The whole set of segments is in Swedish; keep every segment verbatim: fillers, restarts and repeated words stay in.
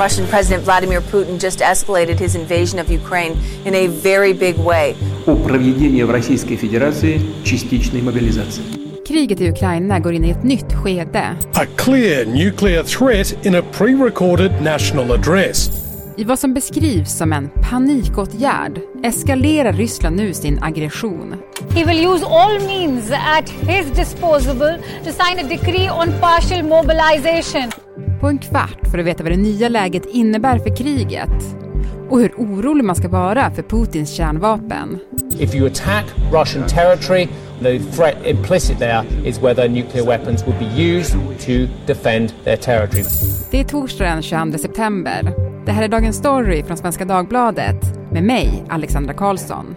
Russian President Vladimir Putin just escalated his invasion of Ukraine in a very big way. О проведении в Российской Федерации частичной мобилизации. Kriget i Ukraina går in i ett nytt skede. A clear nuclear threat in a pre-recorded national address. I vad som beskrivs som en panikåtgärd eskalerar Ryssland nu sin aggression. He will use all means at his disposal to sign a decree on partial mobilization. På en kvart för att veta vad det nya läget innebär för kriget och hur orolig man ska vara för Putins kärnvapen. If you attack Russian territory, the threat implicit there is whether nuclear weapons would be used to defend their territory. Det är torsdag den tjugoandra september. Det här är Dagens Story från Svenska Dagbladet med mig, Alexandra Karlsson.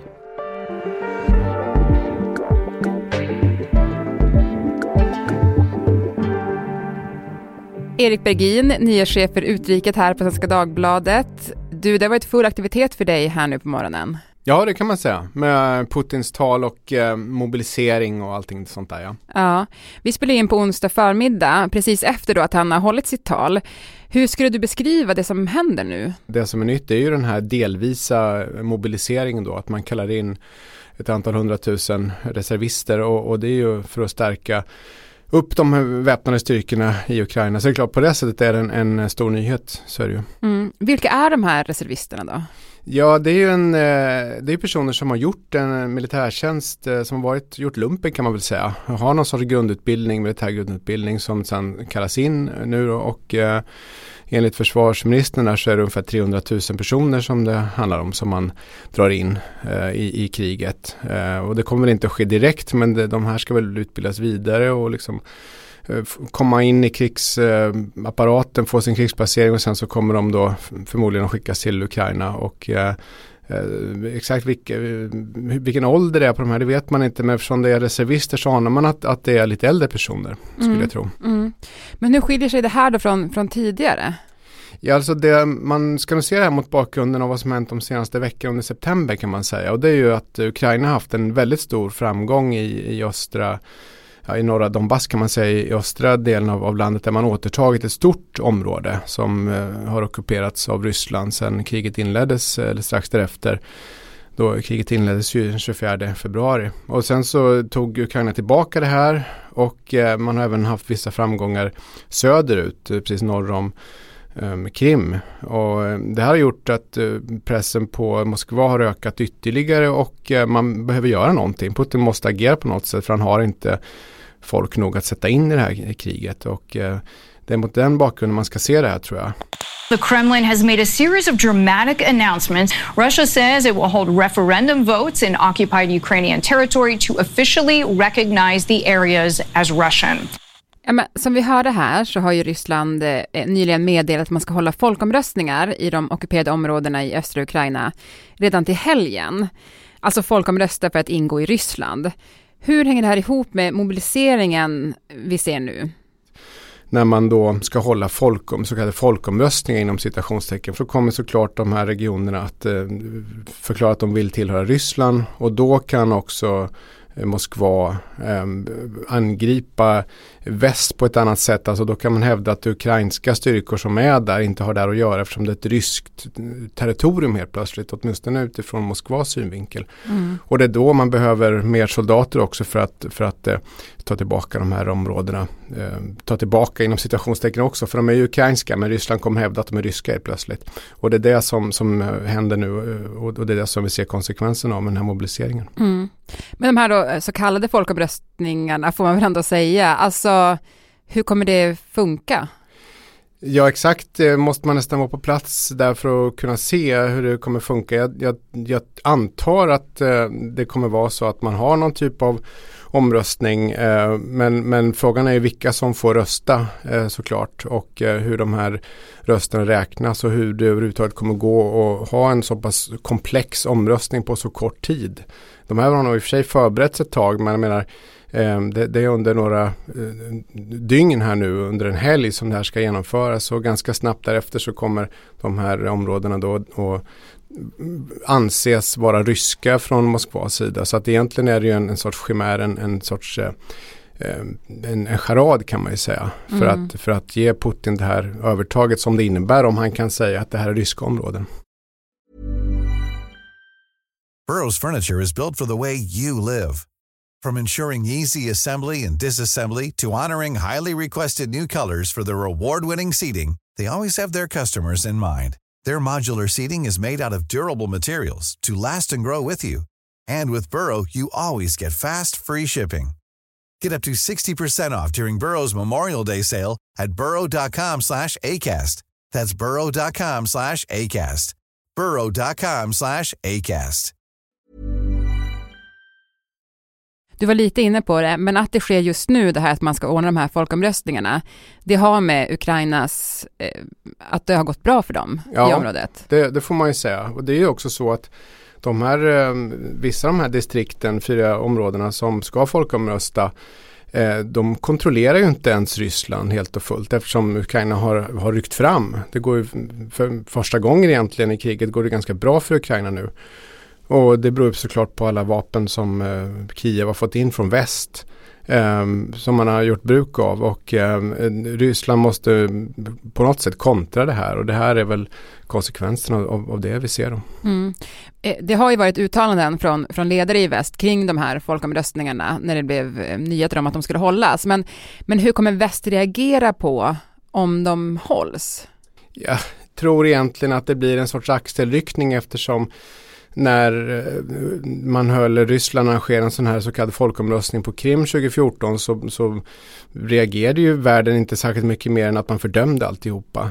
Erik Bergin, nyhetschef för utriket här på Svenska Dagbladet. Du, det har varit full aktivitet för dig här nu på morgonen. Ja, det kan man säga. Med Putins tal och eh, mobilisering och allting sånt där, ja. Ja, vi spelar in på onsdag förmiddag, precis efter då att han har hållit sitt tal. Hur skulle du beskriva det som händer nu? Det som är nytt är ju den här delvisa mobiliseringen då, att man kallar in ett antal hundratusen reservister och, och det är ju för att stärka upp de väpnade styrkorna i Ukraina. Så det är klart, på det sättet är det en, en stor nyhet, så är det ju. Mm. Vilka är de här reservisterna då? Ja, det är ju en, det är personer som har gjort en militärtjänst, som har varit, gjort lumpen kan man väl säga. Har någon sorts grundutbildning, militär grundutbildning som sedan kallas in nu då, och eh, enligt försvarsministern där så är det ungefär trehundratusen personer som det handlar om som man drar in eh, i, i kriget. Eh, och det kommer väl inte att ske direkt, men det, de här ska väl utbildas vidare och liksom komma in i krigsapparaten, få sin krigsplacering och sen så kommer de då förmodligen att skickas till Ukraina och eh, exakt vilka, vilken ålder det är på de här, det vet man inte, men eftersom det är reservister så anar man att, att det är lite äldre personer, skulle mm. jag tro. Mm. Men hur skiljer sig det här då från, från tidigare? Ja, alltså det, man ska nog se det här mot bakgrunden av vad som hänt de senaste veckorna under september kan man säga, och det är ju att Ukraina har haft en väldigt stor framgång i, i östra Ja, i norra Donbass kan man säga, i östra delen av, av landet där man återtagit ett stort område som eh, har ockuperats av Ryssland sedan kriget inleddes, eller strax därefter. Då kriget inleddes ju den tjugofjärde februari. Och sen så tog Ukraina tillbaka det här och eh, man har även haft vissa framgångar söderut, eh, precis norr om eh, Krim. Och eh, det här har gjort att eh, pressen på Moskva har ökat ytterligare och eh, man behöver göra någonting. Putin måste agera på något sätt för han har inte folk nog att sätta in i det här kriget och eh, det är mot den bakgrunden man ska se det här, tror jag. The Kremlin has made a series of dramatic announcements. Russia says it will hold referendum votes in occupied Ukrainian territory to officially recognize the areas as Russian. Ja, men som vi hörde här så har ju Ryssland eh, nyligen meddelat att man ska hålla folkomröstningar i de ockuperade områdena i östra Ukraina redan till helgen. Alltså folkomrösta för att ingå i Ryssland. Hur hänger det här ihop med mobiliseringen vi ser nu? När man då ska hålla folkom, så kallade folkomröstningar inom citationstecken, för då kommer såklart de här regionerna att eh, förklara att de vill tillhöra Ryssland och då kan också eh, Moskva eh, angripa väst på ett annat sätt. Alltså då kan man hävda att ukrainska styrkor som är där inte har där att göra eftersom det är ett ryskt territorium helt plötsligt, åtminstone utifrån Moskvas synvinkel. Mm. Och det är då man behöver mer soldater också för att, för att eh, ta tillbaka de här områdena. Eh, ta tillbaka inom situationstecken också, för de är ju ukrainska, men Ryssland kommer hävda att de är ryska helt plötsligt. Och det är det som, som händer nu och det är det som vi ser konsekvenserna av med den här mobiliseringen. Mm. Men de här då, så kallade folkomröstningarna får man väl ändå säga, alltså hur kommer det funka? Ja, exakt. Måste man nästan vara på plats där för att kunna se hur det kommer funka. Jag, jag, jag antar att eh, det kommer vara så att man har någon typ av omröstning, eh, men, men frågan är ju vilka som får rösta eh, såklart och eh, hur de här rösterna räknas och hur det överhuvudtaget kommer gå och ha en så pass komplex omröstning på så kort tid. De här har nog i och för sig förberetts ett tag, men jag menar Det, det är under några dygn här nu, under en helg som det här ska genomföras och ganska snabbt därefter så kommer de här områdena då att anses vara ryska från Moskvas sida. Så att egentligen är det ju en, en sorts chimär, en, en sorts en, en charad kan man ju säga. Mm. För, att, för att ge Putin det här övertaget som det innebär om han kan säga att det här är ryska områden. Burrow's furniture is built for the way you live. From ensuring easy assembly and disassembly to honoring highly requested new colors for their award-winning seating, they always have their customers in mind. Their modular seating is made out of durable materials to last and grow with you. And with Burrow, you always get fast, free shipping. Get up to sixty percent off during Burrow's Memorial Day sale at burrow.com slash ACAST. That's burrow.com slash ACAST. burrow.com slash ACAST. Du var lite inne på det, men att det sker just nu, det här att man ska ordna de här folkomröstningarna, det har med Ukrainas, eh, att det har gått bra för dem ja, i området. Det, det får man ju säga. Och det är ju också så att de här, eh, vissa av de här distrikten, fyra områdena som ska folkomrösta, eh, de kontrollerar ju inte ens Ryssland helt och fullt eftersom Ukraina har, har ryckt fram. Det går ju för första gången egentligen i kriget går det ganska bra för Ukraina nu. Och det beror såklart på alla vapen som eh, Kiev har fått in från väst eh, som man har gjort bruk av. Och eh, Ryssland måste på något sätt kontra det här. Och det här är väl konsekvenserna av, av det vi ser då. Mm. Det har ju varit uttalanden från, från ledare i väst kring de här folkomröstningarna när det blev nyheter om att de skulle hållas. Men, men hur kommer väst reagera på om de hålls? Jag tror egentligen att det blir en sorts axelryckning eftersom när man höll Ryssland arrangera en sån här så kallad folkomröstning på Krim tjugo fjorton så, så reagerade ju världen inte särskilt mycket mer än att man fördömde alltihopa.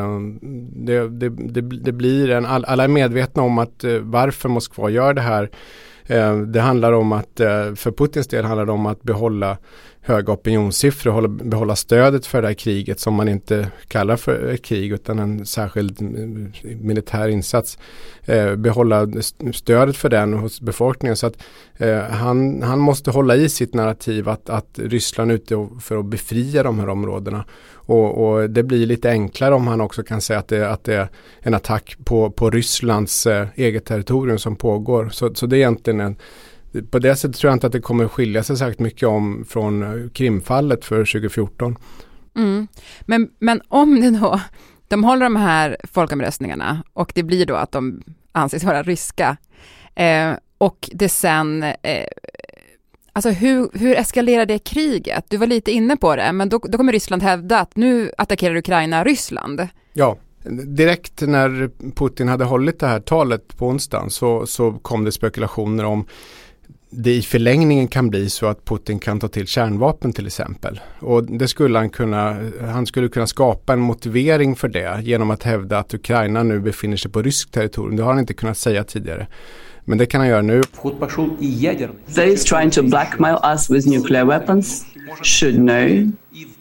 Det, det, det, det blir en, alla är medvetna om att varför Moskva gör det här. Det handlar om att, för Putins del handlar det om att behålla höga opinionssiffror, hålla, behålla stödet för det här kriget som man inte kallar för ett krig utan en särskild militär insats. Eh, behålla stödet för den hos befolkningen så att eh, han, han måste hålla i sitt narrativ att, att Ryssland är ute för att befria de här områdena. Och, och det blir lite enklare om han också kan säga att det, att det är en attack på, på Rysslands eh, eget territorium som pågår. Så, så det är egentligen en på det sättet tror jag inte att det kommer skilja sig särskilt mycket om från Krimfallet för tjugo fjorton. Mm. Men, men om det då, de håller de här folkomröstningarna och det blir då att de anses vara ryska eh, och det sen, eh, alltså hur, hur eskalerar det kriget? Du var lite inne på det, men då, då kommer Ryssland hävda att nu attackerar Ukraina Ryssland. Ja. Direkt när Putin hade hållit det här talet på onsdagen så, så kom det spekulationer om det i förlängningen kan bli så att Putin kan ta till kärnvapen till exempel. Och det skulle han kunna, han skulle kunna skapa en motivering för det genom att hävda att Ukraina nu befinner sig på rysk territorium. Det har han inte kunnat säga tidigare. Men det kan han göra nu. Those trying to blackmail us with nuclear weapons should know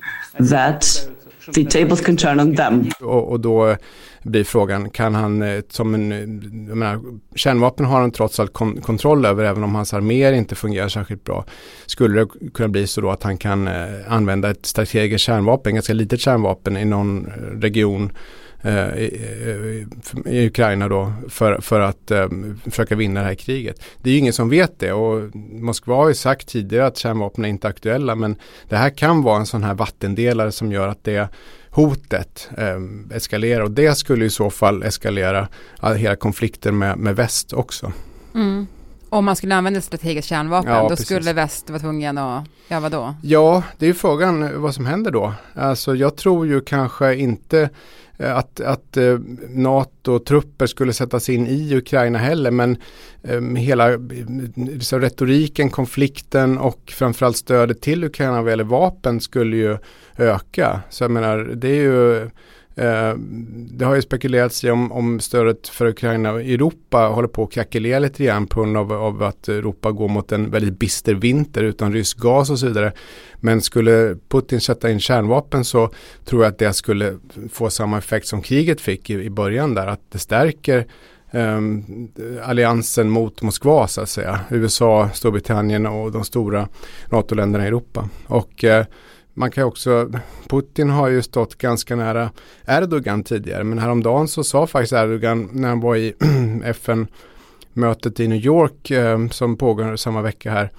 that the tables can turn on them. Och, och då blir frågan, kan han som en, jag menar, kärnvapen har han trots allt kon- kontroll över även om hans arméer inte fungerar särskilt bra. Skulle det kunna bli så då att han kan eh, använda ett strategiskt kärnvapen, ganska litet kärnvapen i någon region eh, i, i Ukraina då för, för att eh, försöka vinna det här kriget. Det är ju ingen som vet det och Moskva har ju sagt tidigare att kärnvapen är inte aktuella men det här kan vara en sån här vattendelare som gör att det hotet eh, eskalerar och det skulle i så fall eskalera hela konflikten med, med väst också. Mm. Om man skulle använda strategiskt kärnvapen ja, då precis. Skulle väst vara tvungen att, ja vadå? Ja, det är ju frågan vad som händer då. Alltså jag tror ju kanske inte att, att eh, NATO-trupper skulle sättas in i Ukraina heller men eh, hela liksom, retoriken, konflikten och framförallt stödet till Ukraina vad gäller vapen skulle ju öka. Så jag menar, det är ju eh, det har ju spekulerats i om, om stödet för Ukraina i Europa håller på att krackelera lite grann på grund av, av att Europa går mot en väldigt bister vinter utan rysk gas och så vidare. Men skulle Putin sätta in kärnvapen så tror jag att det skulle få samma effekt som kriget fick i, i början där. Att det stärker um, alliansen mot Moskva så att säga. U S A, Storbritannien och de stora NATO-länderna i Europa. Och uh, man kan också, Putin har ju stått ganska nära Erdogan tidigare. Men häromdagen så sa faktiskt Erdogan när han var i F N-mötet i New York uh, som pågår samma vecka här.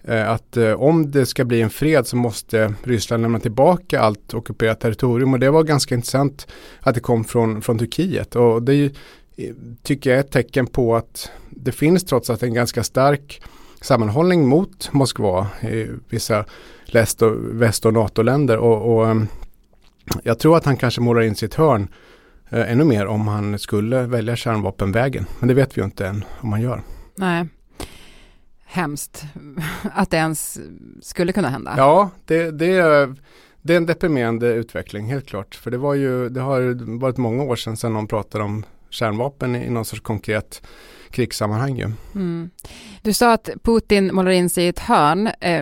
Att om det ska bli en fred så måste Ryssland lämna tillbaka allt ockuperat territorium, och det var ganska intressant att det kom från, från Turkiet, och det är ju, tycker jag är ett tecken på att det finns trots allt en ganska stark sammanhållning mot Moskva i vissa läst- och väst- och NATO-länder, och, och jag tror att han kanske målar in sitt hörn eh, ännu mer om han skulle välja kärnvapenvägen, men det vet vi ju inte än om han gör. Nej. Hemskt att det ens skulle kunna hända. Ja, det, det, är, det är en deprimerande utveckling, helt klart. För det var ju, det har varit många år sedan, sedan någon pratade om kärnvapen i någon sorts konkret krigssammanhang. Ju. Mm. Du sa att Putin målar in sig i ett hörn. Eh,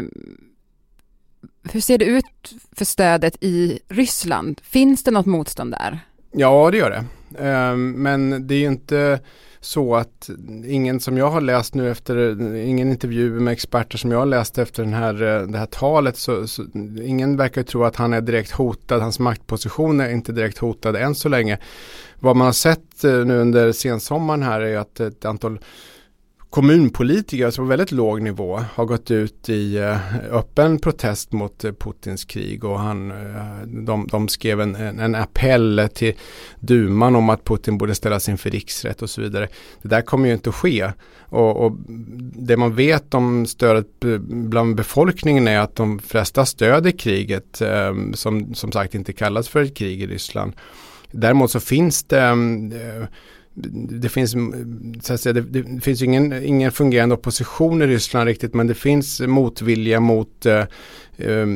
hur ser det ut för stödet i Ryssland? Finns det något motstånd där? Ja, det gör det. Eh, men det är ju inte så att ingen som jag har läst nu efter, ingen intervju med experter som jag har läst efter den här, det här talet, så, så ingen verkar tro att han är direkt hotad, hans maktposition är inte direkt hotad än så länge. Vad man har sett nu under sensommaren här är att ett antal kommunpolitiker som på väldigt låg nivå har gått ut i uh, öppen protest mot uh, Putins krig, och han, uh, de, de skrev en, en appell till duman om att Putin borde ställas inför riksrätt och så vidare. Det där kommer ju inte att ske, och, och det man vet om stödet bland befolkningen är att de flesta stöder kriget, uh, som som sagt inte kallas för ett krig i Ryssland. Däremot så finns det uh, Det finns, så att säga, det, det finns ingen, ingen fungerande opposition i Ryssland riktigt, men det finns motvilja mot eh, eh,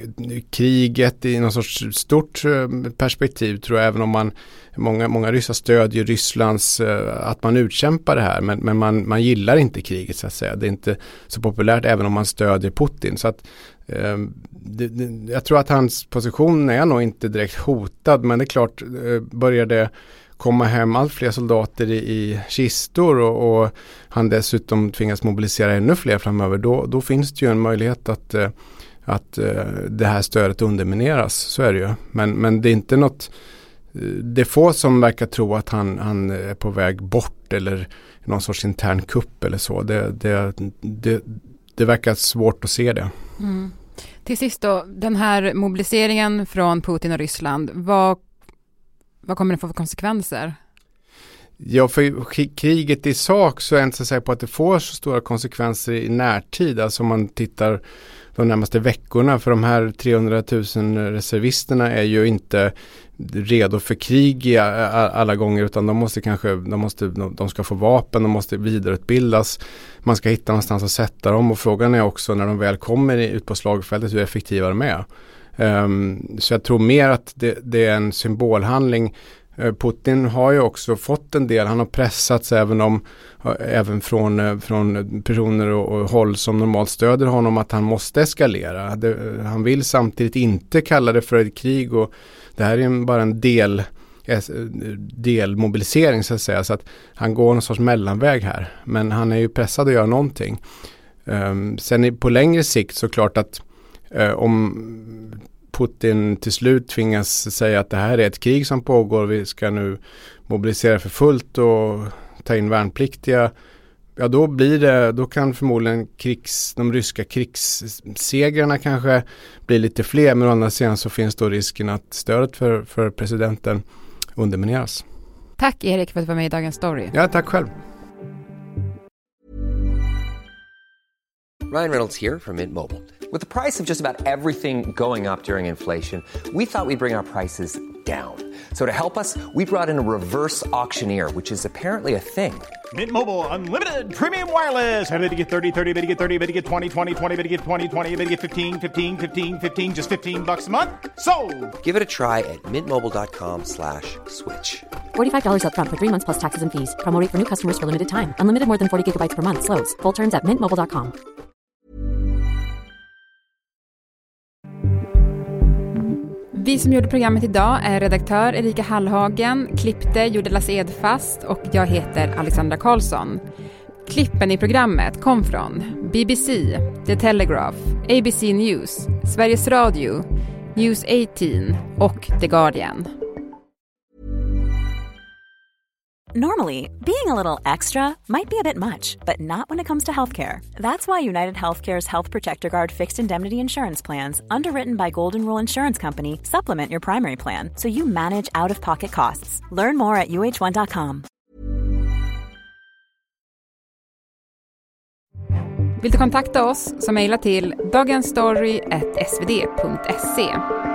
kriget i någon sorts stort eh, perspektiv, tror jag, även om man många, många ryssar stödjer Rysslands eh, att man utkämpar det här, men, men man, man gillar inte kriget, så att säga. Det är inte så populärt även om man stödjer Putin, så att eh, det, det, jag tror att hans position är nog inte direkt hotad, men det är klart, eh, börjar det komma hem allt fler soldater i, i kistor, och, och han dessutom tvingas mobilisera ännu fler framöver, då, då finns det ju en möjlighet att, att det här stödet undermineras, så är det ju. Men, men det är inte något, det är få som verkar tro att han, han är på väg bort eller någon sorts intern kupp eller så. Det, det, det, det verkar svårt att se det. Mm. Till sist då, den här mobiliseringen från Putin och Ryssland, vad Vad kommer det få för konsekvenser? Ja, för kriget i sak så är jag inte så säker på att det får så stora konsekvenser i närtid. Alltså om man tittar de närmaste veckorna, för de här trehundratusen reservisterna är ju inte redo för krig i alla gånger, utan de måste kanske, de, måste, de ska få vapen, de måste vidareutbildas, man ska hitta någonstans att sätta dem, och frågan är också när de väl kommer ut på slagfältet hur effektiva de är. Um, så jag tror mer att det, det är en symbolhandling. uh, Putin har ju också fått en del, han har pressats även, om, uh, även från, uh, från personer och, och håll som normalt stöder honom, att han måste eskalera. Det, uh, han vill samtidigt inte kalla det för ett krig, och det här är en, bara en del delmobilisering, så att säga, så att han går någon sorts mellanväg här, men han är ju pressad att göra någonting. um, sen på längre sikt så klart att uh, om Putin till slut tvingas säga att det här är ett krig som pågår, vi ska nu mobilisera för fullt och ta in värnpliktiga, ja då blir det, då kan förmodligen krigs, de ryska krigssegrarna kanske bli lite fler, men å andra sidan så finns då risken att stödet för, för presidenten undermineras. Tack Erik för att du var med i Dagens Story. Ja, tack själv. Ryan Reynolds here from Mint Mobile. With the price of just about everything going up during inflation, we thought we'd bring our prices down. So to help us, we brought in a reverse auctioneer, which is apparently a thing. Mint Mobile Unlimited Premium Wireless. How to get thirty, thirty, how to get thirty, how to get twenty, twenty, twenty, how to get twenty, twenty, how to get fifteen, fifteen, fifteen, fifteen, just fifteen bucks a month? Sold! Give it a try at mintmobile.com slash switch. forty-five dollars up front for three months plus taxes and fees. Promo rate for new customers for limited time. Unlimited more than forty gigabytes per month. Slows full terms at mint mobile dot com. Vi som gjorde programmet idag är redaktör Erika Hallhagen, klippte gjorde Lasse Edfast och jag heter Alexandra Karlsson. Klippen i programmet kom från B B C, The Telegraph, A B C News, Sveriges Radio, News arton och The Guardian. Normally, being a little extra might be a bit much, but not when it comes to healthcare. That's why United Healthcare's Health Protector Guard fixed indemnity insurance plans, underwritten by Golden Rule Insurance Company, supplement your primary plan so you manage out-of-pocket costs. Learn more at u h one dot com. Vill du kontakta oss så mejla till dagensstory at s v d punkt se.